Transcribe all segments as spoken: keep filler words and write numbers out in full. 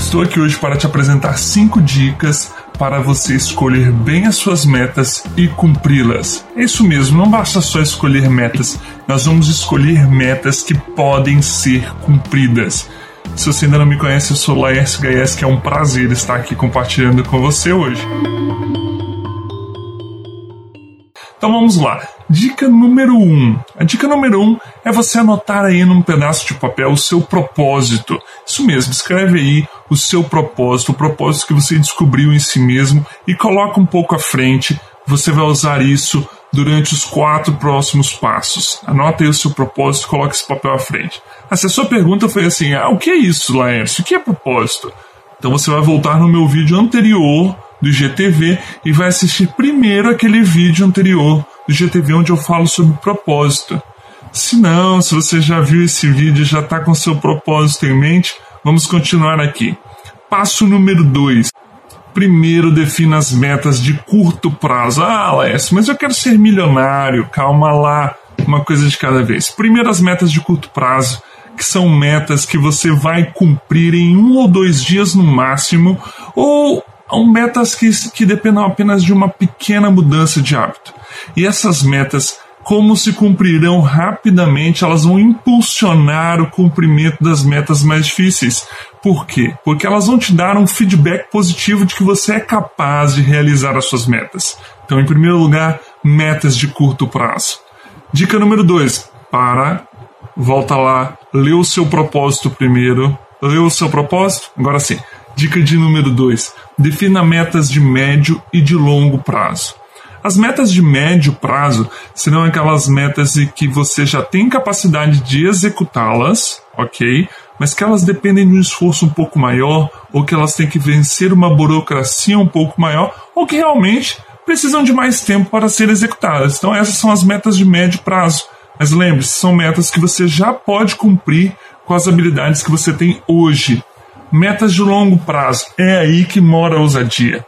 Estou aqui hoje para te apresentar cinco dicas para você escolher bem as suas metas e cumpri-las. É isso mesmo, não basta só escolher metas, nós vamos escolher metas que podem ser cumpridas. Se você ainda não me conhece, eu sou Laércio Gaies, que é um prazer estar aqui compartilhando com você hoje. Então vamos lá. Dica número um. A dica número um é você anotar aí num pedaço de papel o seu propósito. Isso mesmo, escreve aí o seu propósito, o propósito que você descobriu em si mesmo e coloca um pouco à frente. Você vai usar isso durante os quatro próximos passos. Anota aí o seu propósito e coloca esse papel à frente. Ah, se a sua pergunta foi assim, ah, o que é isso, Laércio? O que é propósito? Então você vai voltar no meu vídeo anterior do G T V e vai assistir primeiro aquele vídeo anterior do G T V onde eu falo sobre propósito. Se não, se você já viu esse vídeo e já está com seu propósito em mente, vamos continuar aqui. Passo número dois. Primeiro, defina as metas de curto prazo. Ah, Laércio, mas eu quero ser milionário. Calma lá, uma coisa de cada vez. Primeiro, as metas de curto prazo, que são metas que você vai cumprir em um ou dois dias no máximo, ou metas que, que dependam apenas de uma pequena mudança de hábito. E essas metas, como se cumprirão rapidamente, elas vão impulsionar o cumprimento das metas mais difíceis. Por quê? Porque elas vão te dar um feedback positivo de que você é capaz de realizar as suas metas. Então, em primeiro lugar, metas de curto prazo. Dica número dois. Para, volta lá, lê o seu propósito primeiro. Leu o seu propósito? Agora sim. Dica de número dois. Defina metas de médio e de longo prazo. As metas de médio prazo serão aquelas metas em que você já tem capacidade de executá-las, ok? Mas que elas dependem de um esforço um pouco maior, ou que elas têm que vencer uma burocracia um pouco maior, ou que realmente precisam de mais tempo para serem executadas. Então essas são as metas de médio prazo. Mas lembre-se, são metas que você já pode cumprir com as habilidades que você tem hoje. Metas de longo prazo, é aí que mora a ousadia.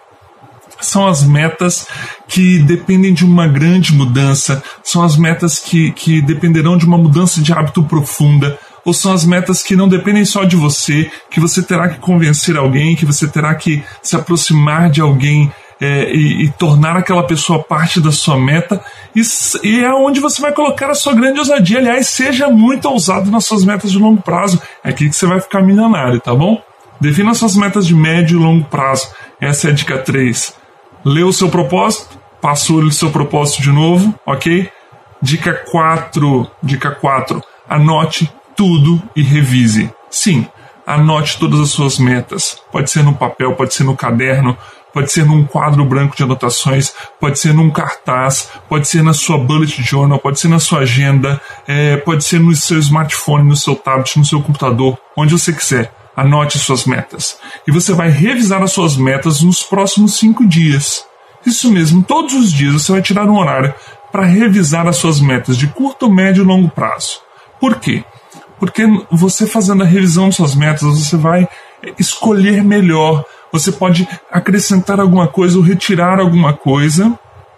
São as metas que dependem de uma grande mudança, são as metas que, que dependerão de uma mudança de hábito profunda, ou são as metas que não dependem só de você, que você terá que convencer alguém, que você terá que se aproximar de alguém é, e, e tornar aquela pessoa parte da sua meta, e, e é onde você vai colocar a sua grande ousadia. Aliás, seja muito ousado nas suas metas de longo prazo, é aqui que você vai ficar milionário, tá bom? Defina suas metas de médio e longo prazo. Essa é a dica três. Lê o seu propósito, passa o olho no seu propósito de novo, ok? Dica quatro. Dica quatro. Anote tudo e revise. Sim, anote todas as suas metas. Pode ser no papel, pode ser no caderno, pode ser num quadro branco de anotações, pode ser num cartaz, pode ser na sua bullet journal, pode ser na sua agenda, é, pode ser no seu smartphone, no seu tablet, no seu computador, onde você quiser. Anote suas metas. E você vai revisar as suas metas nos próximos cinco dias. Isso mesmo, todos os dias você vai tirar um horário para revisar as suas metas de curto, médio e longo prazo. Por quê? Porque você fazendo a revisão de suas metas, você vai escolher melhor. Você pode acrescentar alguma coisa ou retirar alguma coisa,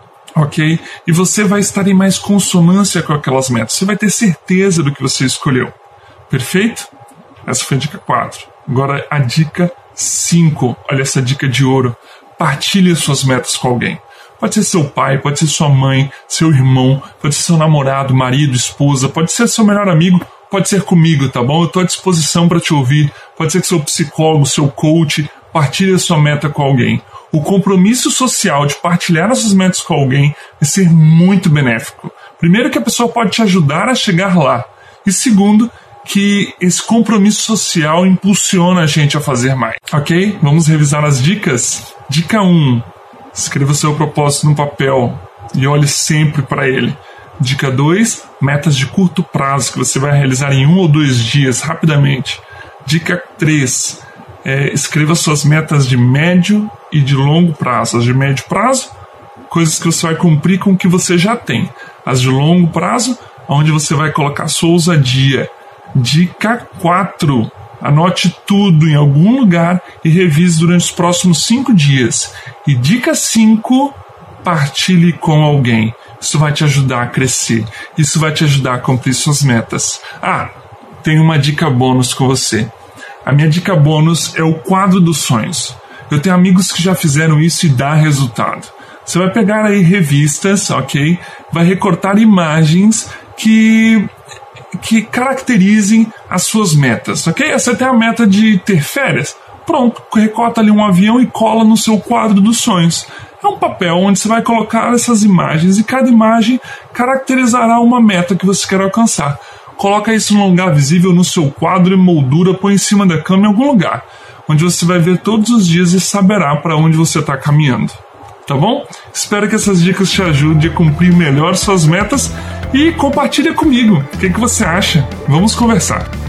ok? E você vai estar em mais consonância com aquelas metas. Você vai ter certeza do que você escolheu. Perfeito? Essa foi a dica quatro. Agora a dica cinco. Olha essa dica de ouro. Partilhe suas metas com alguém. Pode ser seu pai, pode ser sua mãe, seu irmão, pode ser seu namorado, marido, esposa, pode ser seu melhor amigo, pode ser comigo, tá bom? Eu estou à disposição para te ouvir. Pode ser que seu psicólogo, seu coach, partilhe a sua meta com alguém. O compromisso social de partilhar as suas metas com alguém vai ser muito benéfico. Primeiro, que a pessoa pode te ajudar a chegar lá. E segundo, que esse compromisso social impulsiona a gente a fazer mais. Ok? Vamos revisar as dicas? Dica um. Escreva seu propósito no papel e olhe sempre para ele. Dica dois. Metas de curto prazo que você vai realizar em um ou dois dias, rapidamente. Dica três. É, escreva suas metas de médio e de longo prazo. As de médio prazo, coisas que você vai cumprir com o que você já tem. As de longo prazo, onde você vai colocar sua ousadia. Dica quatro. Anote tudo em algum lugar e revise durante os próximos cinco dias. E dica cinco. Partilhe com alguém. Isso vai te ajudar a crescer. Isso vai te ajudar a cumprir suas metas. Ah, tem uma dica bônus com você. A minha dica bônus é o quadro dos sonhos. Eu tenho amigos que já fizeram isso e dá resultado. Você vai pegar aí revistas, ok? Vai recortar imagens que, que caracterizem as suas metas, ok? Você tem a meta de ter férias? Pronto, recorta ali um avião e cola no seu quadro dos sonhos. É um papel onde você vai colocar essas imagens e cada imagem caracterizará uma meta que você quer alcançar. Coloca isso num lugar visível no seu quadro e moldura, põe em cima da cama em algum lugar, onde você vai ver todos os dias e saberá para onde você está caminhando. Tá bom? Espero que essas dicas te ajudem a cumprir melhor suas metas e compartilha comigo. O que, que você acha? Vamos conversar.